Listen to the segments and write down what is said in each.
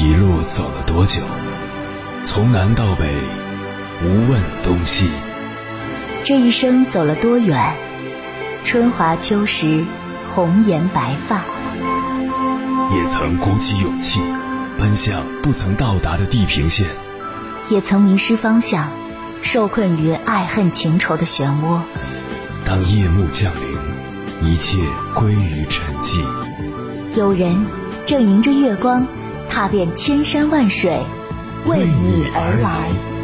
一路走了多久？从南到北，无问东西。 这一生走了多远？春华秋实，红颜白发。 也曾鼓起勇气，奔向不曾到达的地平线。 也曾迷失方向，受困于爱恨情仇的漩涡。 当夜幕降临，一切归于沉寂。 有人正迎着月光，踏遍千山万水，为你而来。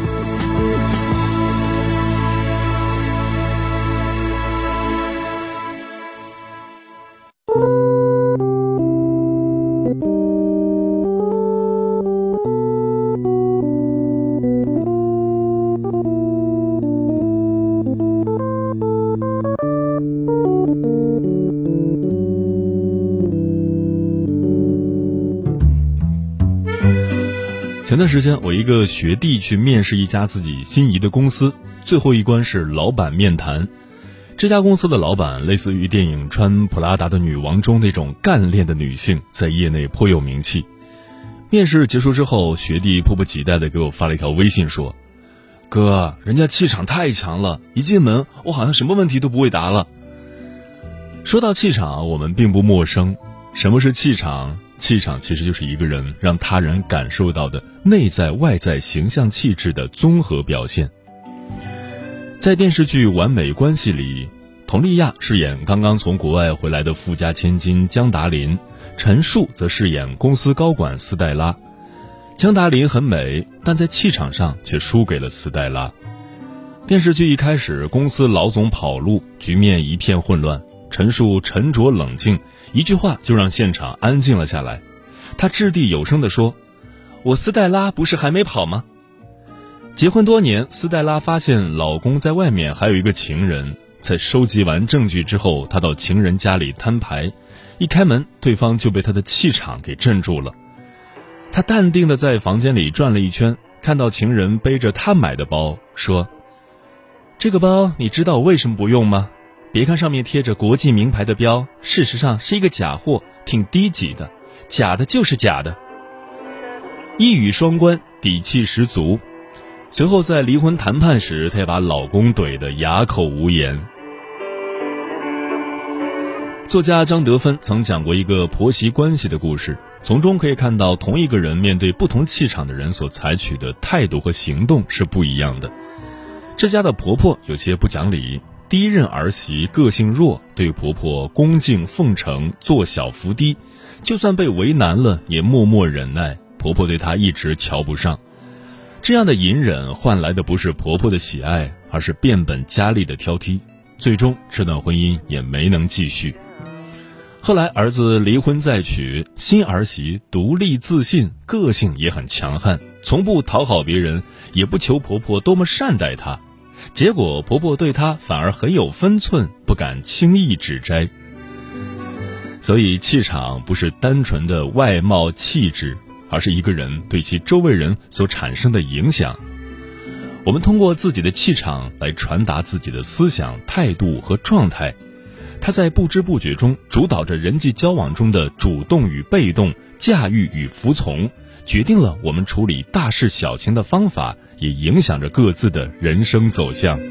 前段时间我一个学弟去面试一家自己心仪的公司，最后一关是老板面谈。这家公司的老板类似于电影穿普拉达的女王中那种干练的女性，在业内颇有名气。面试结束之后，学弟迫不及待地给我发了一条微信说，哥，人家气场太强了，一进门我好像什么问题都不会答了。说到气场，我们并不陌生。什么是气场？气场其实就是一个人让他人感受到的内在外在形象气质的综合表现。在电视剧《完美关系》里，佟丽娅饰演刚刚从国外回来的富家千金江达林，陈数则饰演公司高管斯黛拉。江达林很美，但在气场上却输给了斯黛拉。电视剧一开始，公司老总跑路，局面一片混乱，陈数沉着冷静，一句话就让现场安静了下来。他掷地有声地说，我斯黛拉不是还没跑吗？结婚多年，斯黛拉发现老公在外面还有一个情人。在收集完证据之后，她到情人家里摊牌，一开门，对方就被她的气场给镇住了。她淡定地在房间里转了一圈，看到情人背着她买的包，说，这个包你知道我为什么不用吗？别看上面贴着国际名牌的标，事实上是一个假货，挺低级的，假的就是假的。一语双关，底气十足。随后在离婚谈判时，她也把老公怼得哑口无言。作家张德芬曾讲过一个婆媳关系的故事，从中可以看到同一个人面对不同气场的人所采取的态度和行动是不一样的。这家的婆婆有些不讲理，第一任儿媳个性弱，对婆婆恭敬奉承，做小伏低，就算被为难了也默默忍耐，婆婆对她一直瞧不上。这样的隐忍换来的不是婆婆的喜爱，而是变本加厉的挑剔，最终这段婚姻也没能继续。后来儿子离婚再娶，新儿媳独立自信，个性也很强悍，从不讨好别人，也不求婆婆多么善待她，结果婆婆对她反而很有分寸，不敢轻易指摘。所以气场不是单纯的外貌气质，而是一个人对其周围人所产生的影响。我们通过自己的气场来传达自己的思想、态度和状态，它在不知不觉中主导着人际交往中的主动与被动、驾驭与服从，决定了我们处理大事小情的方法，也影响着各自的人生走向。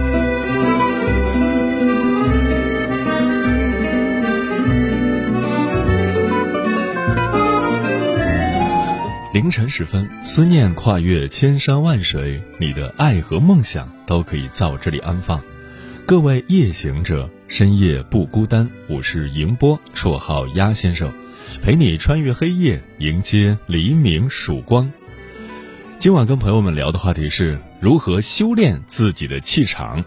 凌晨时分，思念跨越千山万水，你的爱和梦想都可以在我这里安放。各位夜行者，深夜不孤单，我是迎波，绰号鸭先生，陪你穿越黑夜，迎接黎明曙光。今晚跟朋友们聊的话题是如何修炼自己的气场。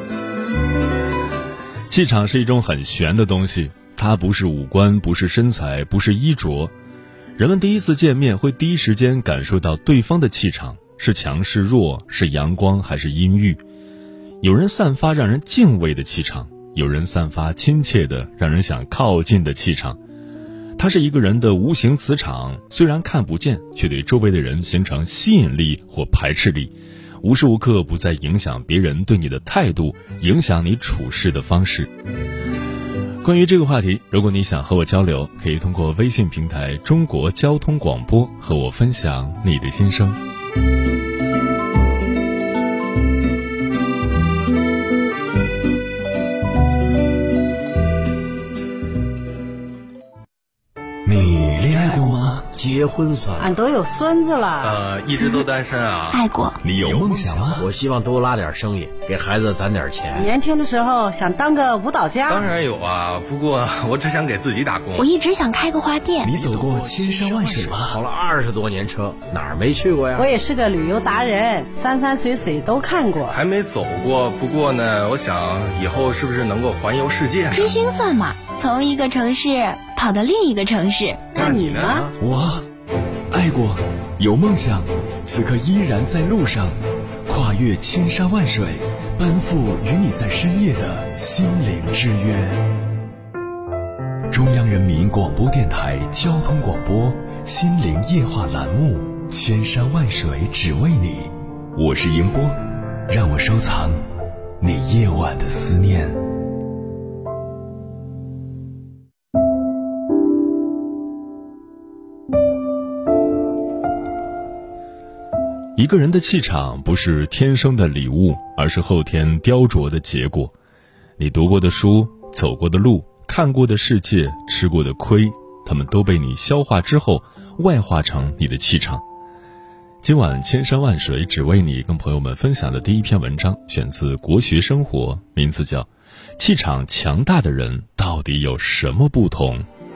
气场是一种很玄的东西，它不是五官，不是身材，不是衣着。人们第一次见面会第一时间感受到对方的气场，是强是弱，是阳光还是阴郁。有人散发让人敬畏的气场，有人散发亲切的让人想靠近的气场。它是一个人的无形磁场，虽然看不见，却对周围的人形成吸引力或排斥力，无时无刻不在影响别人对你的态度，影响你处事的方式。 关于这个话题，如果你想和我交流，可以通过微信平台中国交通广播和我分享你的心声。 你恋爱过吗？ 结婚算俺都有孙子了。 一直都单身啊。 爱过。 你有梦想吗？ 我希望多拉点生意，给孩子攒点钱。 年轻的时候想当个舞蹈家。 当然有啊，不过我只想给自己打工。 我一直想开个花店。 你走过千山万水吗？ 跑了20多年车，哪儿没去过呀？ 我也是个旅游达人，山山水水都看过。 还没走过，不过呢，我想以后是不是能够环游世界？ 追星算吗？从一个城市跑到另一个城市。 那你呢？ 我爱过，有梦想，此刻依然在路上，跨越千山万水，奔赴与你在深夜的心灵之约。中央人民广播电台交通广播心灵夜话栏目，千山万水只为你，我是迎波，让我收藏你夜晚的思念。 一个人的气场不是天生的礼物，而是后天雕琢的结果。你读过的书，走过的路，看过的世界，吃过的亏，他们都被你消化之后外化成你的气场。今晚千山万水只为你跟朋友们分享的第一篇文章选自国学生活，名字叫《气场强大的人到底有什么不同》。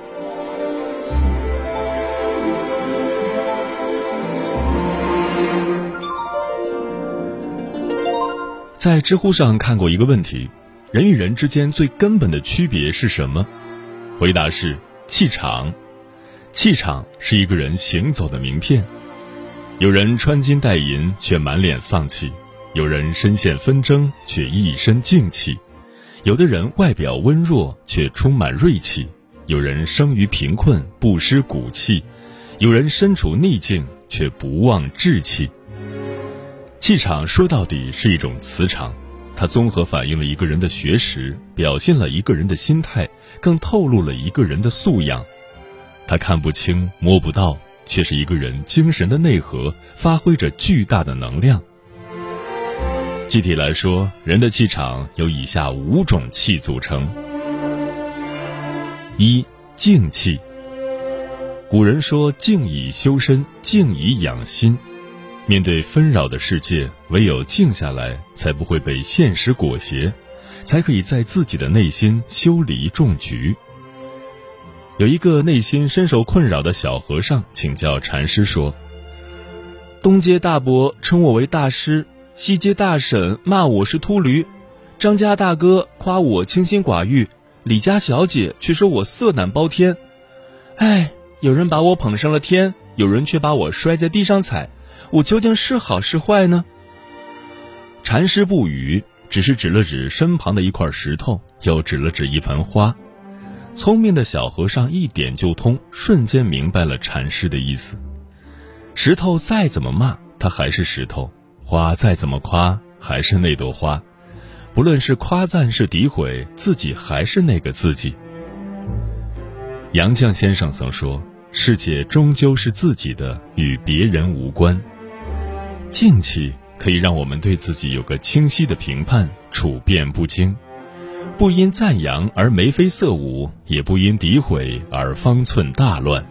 在知乎上看过一个问题，人与人之间最根本的区别是什么？回答是气场。气场是一个人行走的名片。有人穿金戴银却满脸丧气，有人身陷纷争却一身静气，有的人外表温弱却充满锐气，有人生于贫困不失骨气，有人身处逆境却不忘志气。气场说到底是一种磁场，它综合反映了一个人的学识，表现了一个人的心态，更透露了一个人的素养。它看不清摸不到，却是一个人精神的内核，发挥着巨大的能量。具体来说，人的气场由以下5种气组成。1. 静气。古人说静以修身，静以养心。面对纷扰的世界，唯有静下来，才不会被现实裹挟，才可以在自己的内心修篱种菊。有一个内心深受困扰的小和尚请教禅师说：东街大伯称我为大师，西街大婶骂我是秃驴，张家大哥夸我清心寡欲，李家小姐却说我色胆包天。哎，有人把我捧上了天，有人却把我摔在地上踩，我究竟是好是坏呢？禅师不语，只是指了指身旁的一块石头，又指了指一盆花。聪明的小和尚一点就通，瞬间明白了禅师的意思。石头再怎么骂，它还是石头；花再怎么夸，还是那朵花。不论是夸赞是诋毁，自己还是那个自己。杨绛先生曾说，世界终究是自己的，与别人无关。静气可以让我们对自己有个清晰的评判，处变不惊，不因赞扬而眉飞色舞，也不因诋毁而方寸大乱。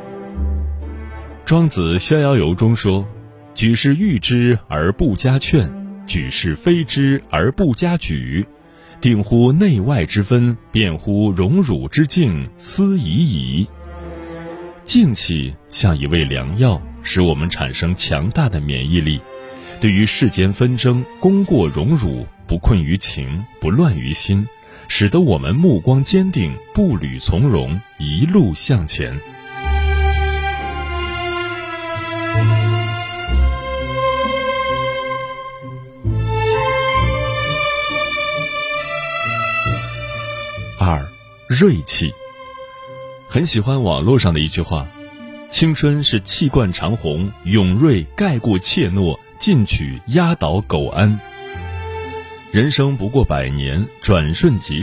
庄子逍遥游中说，举世誉之而不加劝，举世非之而不加沮，定乎内外之分，辨乎荣辱之境，思已矣。静气像一味良药，使我们产生强大的免疫力，对于世间纷争，功过荣辱，不困于情，不乱于心，使得我们目光坚定，步履从容，一路向前。2. 锐气。很喜欢网络上的一句话，青春是气贯长虹，勇锐盖过怯懦，进取压倒苟安。人生不过100年，转瞬即逝，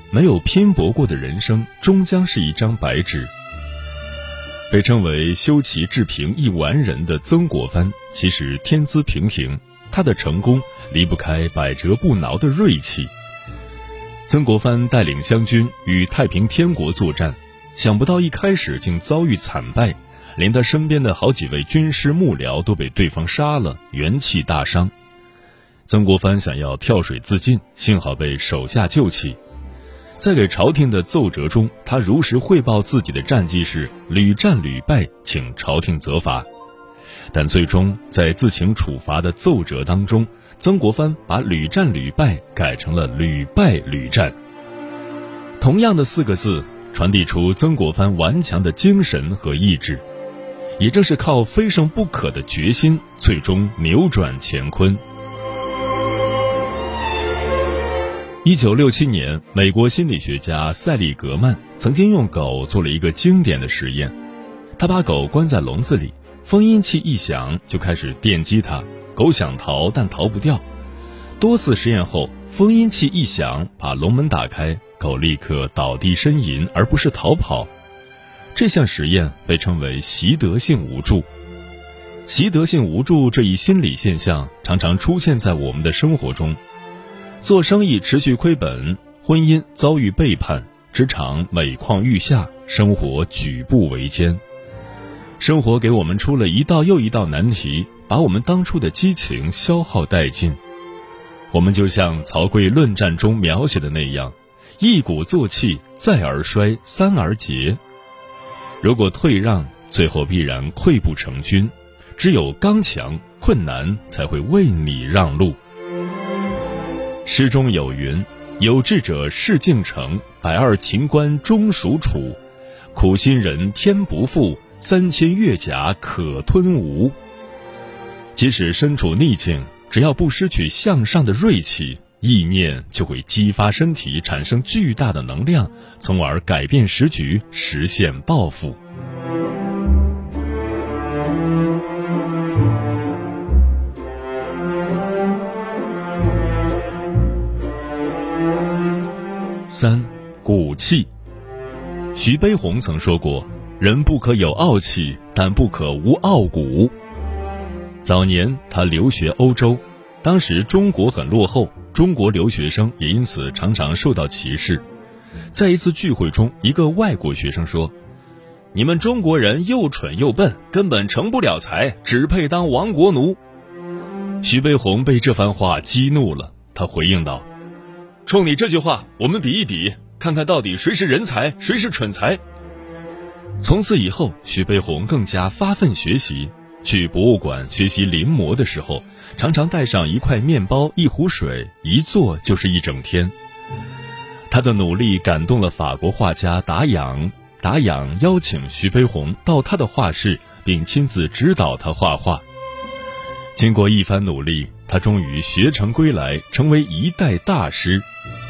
没有拼搏过的人生终将是一张白纸。被称为修齐治平一完人的曾国藩，其实天资平平，他的成功离不开百折不挠的锐气。曾国藩带领湘军与太平天国作战，想不到一开始竟遭遇惨败，连他身边的好几位军师幕僚都被对方杀了，元气大伤。曾国藩想要跳水自尽，幸好被手下救起。在给朝廷的奏折中，他如实汇报自己的战绩是屡战屡败，请朝廷责罚。但最终在自请处罚的奏折当中，曾国藩把屡战屡败改成了屡败屡战。同样的4个字，传递出曾国藩顽强的精神和意志。也正是靠非胜不可的决心，最终扭转乾坤。1967年，美国心理学家塞利格曼曾经用狗做了一个经典的实验。他把狗关在笼子里，封音器一响就开始电击它，狗想逃但逃不掉。多次实验后，封音器一响，把笼门打开，狗立刻倒地呻吟，而不是逃跑。这项实验被称为习得性无助。习得性无助这一心理现象常常出现在我们的生活中。做生意持续亏本，婚姻遭遇背叛，职场每况愈下，生活举步维艰。生活给我们出了一道又一道难题，把我们当初的激情消耗殆尽。我们就像曹刿论战中描写的那样，一鼓作气，再而衰，三而竭。如果退让，最后必然溃不成军。只有刚强，困难才会为你让路。诗中有云：有志者事竟成，120秦关终属楚。苦心人天不负，3000越甲可吞吴。即使身处逆境，只要不失去向上的锐气，意念就会激发身体产生巨大的能量，从而改变时局，实现抱负。3. 骨气。徐悲鸿曾说过，人不可有傲气，但不可无傲骨。早年他留学欧洲，当时中国很落后，中国留学生也因此常常受到歧视。在一次聚会中，一个外国学生说：你们中国人又蠢又笨，根本成不了才，只配当亡国奴。徐悲鸿被这番话激怒了，他回应道：冲你这句话，我们比一比，看看到底谁是人才，谁是蠢才。从此以后，徐悲鸿更加发奋学习，去博物馆学习临摹的时候，常常带上一块面包、一壶水，一坐就是一整天。他的努力感动了法国画家达仰，达仰邀请徐悲鸿到他的画室，并亲自指导他画画。经过一番努力，他终于学成归来，成为一代大师。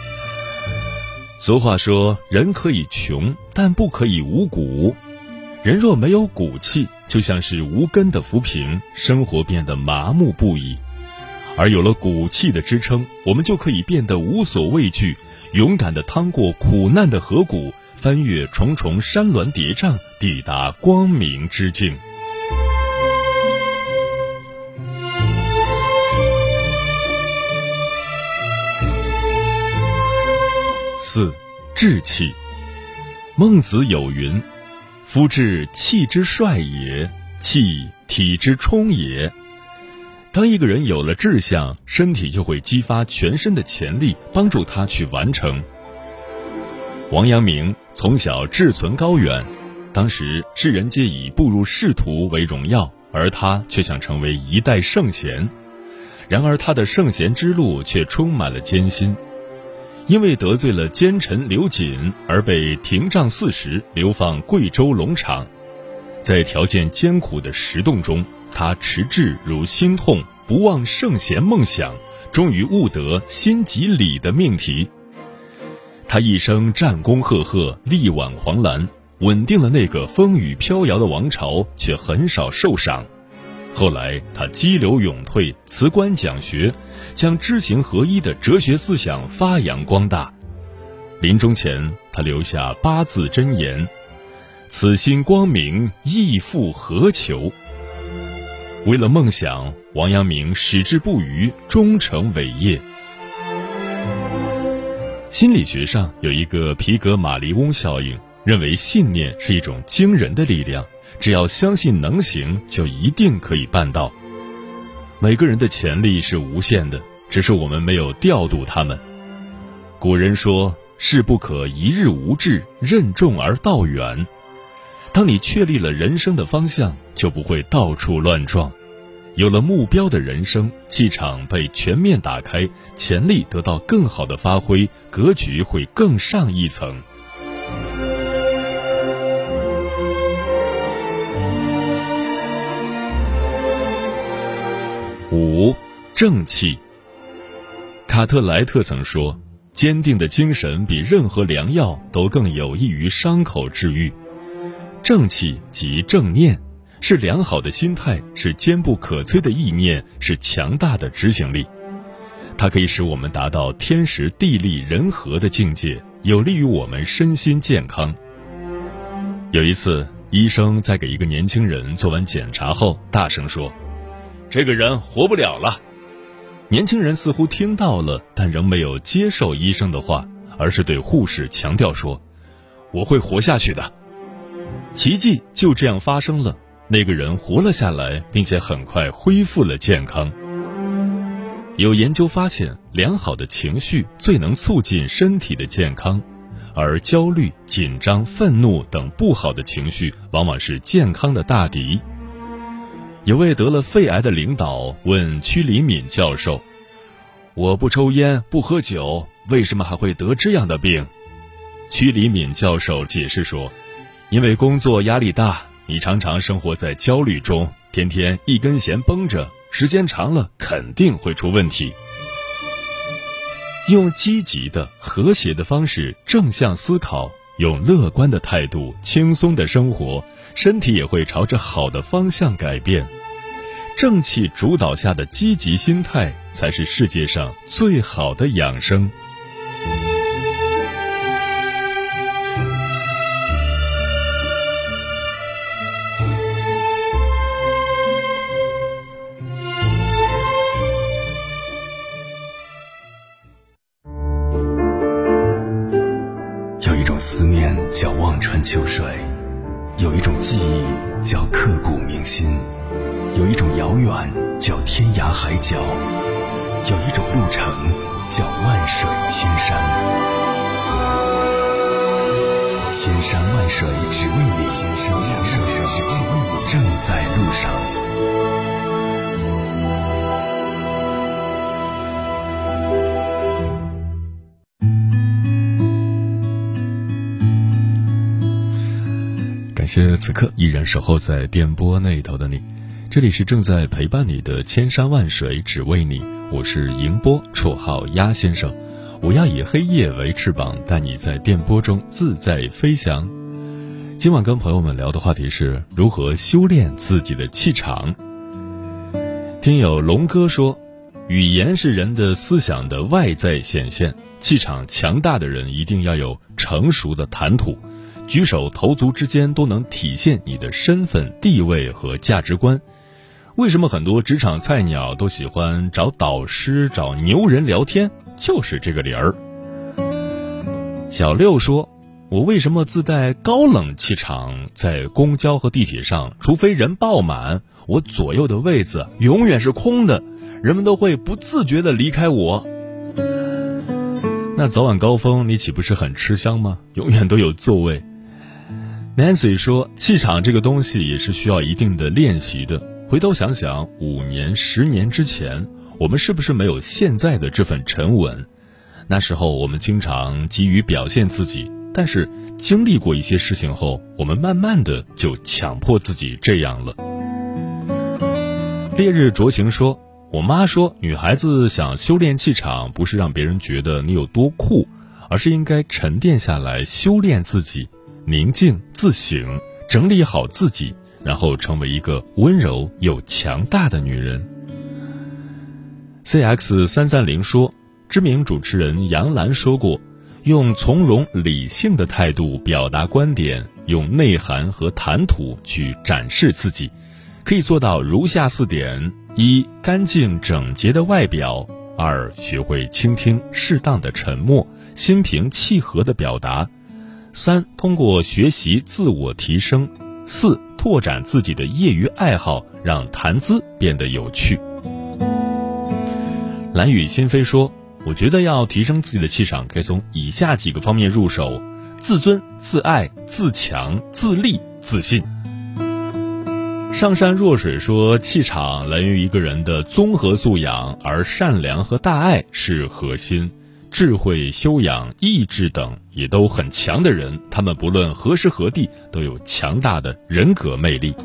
俗话说，人可以穷，但不可以无骨。人若没有骨气，就像是无根的浮萍，生活变得麻木不已。而有了骨气的支撑，我们就可以变得无所畏惧，勇敢地趟过苦难的河谷，翻越重重山峦叠嶂，抵达光明之境。4. 志气。孟子有云：夫志气之帅也，气体之充也。当一个人有了志向，身体就会激发全身的潜力，帮助他去完成。王阳明从小志存高远，当时世人皆以步入仕途为荣耀，而他却想成为一代圣贤。然而他的圣贤之路却充满了艰辛。因为得罪了奸臣刘瑾而被廷杖40，流放贵州龙场。在条件艰苦的石洞中，他持志如心痛，不忘圣贤梦想，终于悟得心即理的命题。他一生战功赫赫，力挽狂澜，稳定了那个风雨飘摇的王朝，却很少受赏。后来他激流勇退，辞官讲学，将知行合一的哲学思想发扬光大。 临终前，他留下8字真言：此心光明，亦复何求？为了梦想，王阳明矢志不渝，终成伟业。心理学上有一个皮格马利翁效应，认为信念是一种惊人的力量，只要相信能行，就一定可以办到。每个人的潜力是无限的，只是我们没有调度他们。古人说，事不可一日无志，任重而道远。当你确立了人生的方向，就不会到处乱撞。有了目标的人生，气场被全面打开，潜力得到更好的发挥，格局会更上一层。5. 正气。卡特莱特曾说，坚定的精神比任何良药都更有益于伤口治愈。正气即正念，是良好的心态，是坚不可摧的意念，是强大的执行力。它可以使我们达到天时地利人和的境界，有利于我们身心健康。有一次，医生在给一个年轻人做完检查后，大声说：“这个人活不了了。”年轻人似乎听到了，但仍没有接受医生的话，而是对护士强调说：“我会活下去的。”奇迹就这样发生了，那个人活了下来，并且很快恢复了健康。有研究发现，良好的情绪最能促进身体的健康，而焦虑、紧张、愤怒等不好的情绪往往是健康的大敌。有位得了肺癌的领导问屈黎敏教授：“我不抽烟不喝酒，为什么还会得这样的病？”屈黎敏教授解释说：“因为工作压力大，你常常生活在焦虑中，天天一根弦绷着，时间长了肯定会出问题。”用积极的、和谐的方式正向思考，用乐观的态度轻松的生活，身体也会朝着好的方向改变。正气主导下的积极心态，才是世界上最好的养生。 有一种思念叫望穿秋水，有一种记忆叫刻骨铭心，有一种遥远叫天涯海角，有一种路程叫万水千山。千山万水只为你，千山万水只为你，正在路上。 感谢此刻依然守候在电波那头的你，这里是正在陪伴你的千山万水只为你，我是迎波，绰号鸭先生。我要以黑夜为翅膀，带你在电波中自在飞翔。今晚跟朋友们聊的话题是如何修炼自己的气场。听友龙哥说，语言是人的思想的外在显现，气场强大的人一定要有成熟的谈吐，举手投足之间都能体现你的身份地位和价值观。为什么很多职场菜鸟都喜欢找导师找牛人聊天，就是这个理儿。小六说，我为什么自带高冷气场，在公交和地铁上，除非人爆满，我左右的位子永远是空的，人们都会不自觉地离开我。那早晚高峰你岂不是很吃香吗？永远都有座位。Nancy 说，气场这个东西也是需要一定的练习的。回头想想5年10年之前，我们是不是没有现在的这份沉稳？那时候我们经常急于表现自己，但是经历过一些事情后，我们慢慢的就强迫自己这样了。烈日灼情说，我妈说，女孩子想修炼气场，不是让别人觉得你有多酷，而是应该沉淀下来修炼自己，宁静自省，整理好自己，然后成为一个温柔又强大的女人。CX330 说，知名主持人杨澜说过， 用从容理性的态度表达观点，用内涵和谈吐去展示自己，可以做到如下4点：一、干净整洁的外表；二、学会倾听，适当的沉默，心平气和的表达；三、通过学习自我提升；四、拓展自己的业余爱好，让谈资变得有趣。蓝雨心扉说，我觉得要提升自己的气场，可以从以下几个方面入手：自尊、自爱、自强、自立、自信。上善若水说，气场来源于一个人的综合素养，而善良和大爱是核心。智慧、修养、意志等也都很强的人，他们不论何时何地都有强大的人格魅力。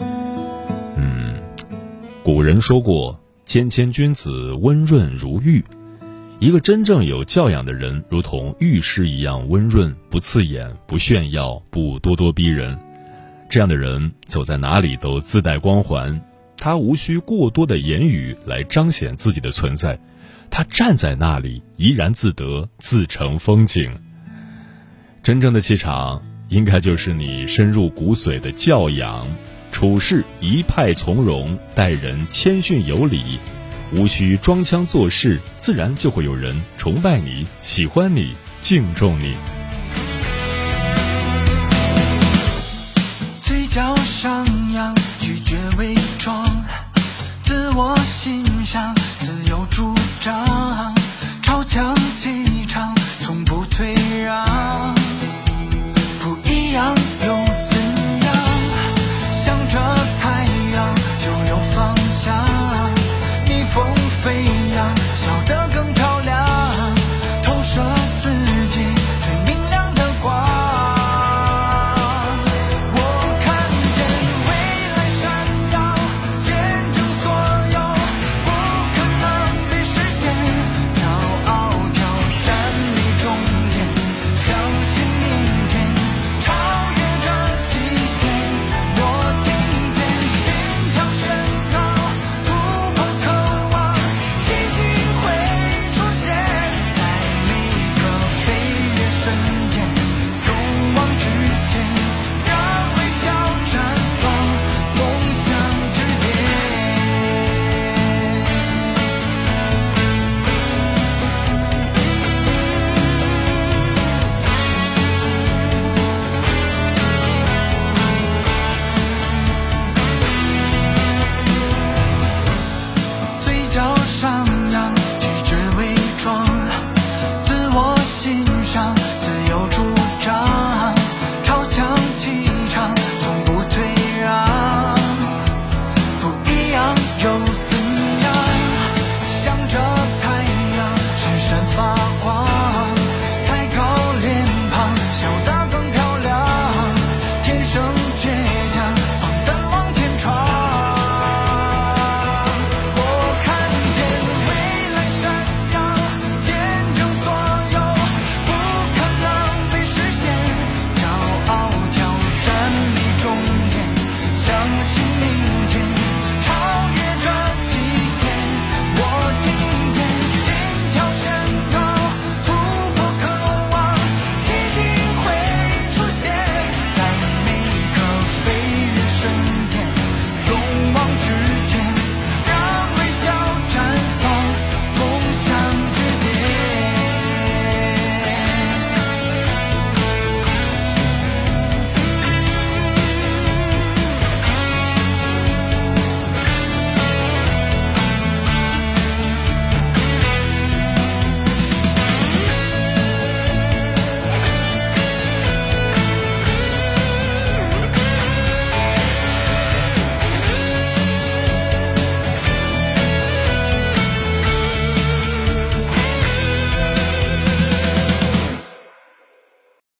古人说过，谦谦君子，温润如玉。一个真正有教养的人，如同玉石一样温润，不刺眼，不炫耀，不咄咄逼人。这样的人走在哪里都自带光环，他无需过多的言语来彰显自己的存在，他站在那里怡然自得，自成风景。真正的气场应该就是你深入骨髓的教养，处事一派从容，待人谦逊有礼，无需装腔作势，自然就会有人崇拜你，喜欢你，敬重你。 嘴角上扬，拒绝伪装，自我欣赏，